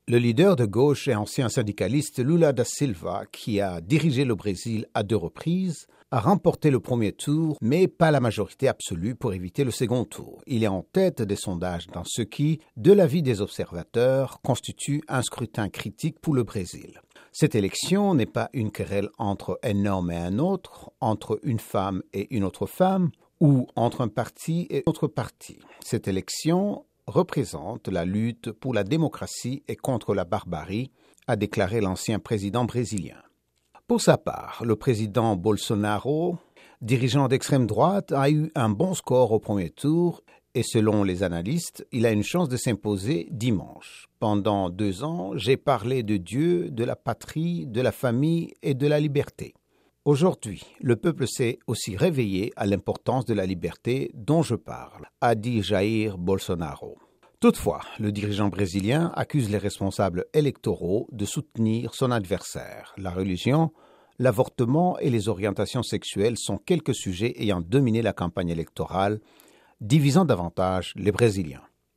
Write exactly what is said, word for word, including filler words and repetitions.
Le leader de gauche et ancien syndicaliste Lula da Silva, qui a dirigé le Brésil à deux reprises, a remporté le premier tour, mais pas la majorité absolue pour éviter le second tour. Il est en tête des sondages dans ce qui, de l'avis des observateurs, constitue un scrutin critique pour le Brésil. Cette élection n'est pas une querelle entre un homme et un autre, entre une femme et une autre femme, ou entre un parti et un autre parti. Cette élection représente la lutte pour la démocratie et contre la barbarie, a déclaré l'ancien président brésilien. Pour sa part, le président Bolsonaro, dirigeant d'extrême droite, a eu un bon score au premier tour et selon les analystes, il a une chance de s'imposer dimanche. Pendant deux ans, j'ai parlé de Dieu, de la patrie, de la famille et de la liberté. Aujourd'hui, le peuple s'est aussi réveillé à l'importance de la liberté dont je parle, a dit Jair Bolsonaro. Toutefois, le dirigeant brésilien accuse les responsables électoraux de soutenir son adversaire. La religion, l'avortement et les orientations sexuelles sont quelques sujets ayant dominé la campagne électorale, divisant davantage les Brésiliens.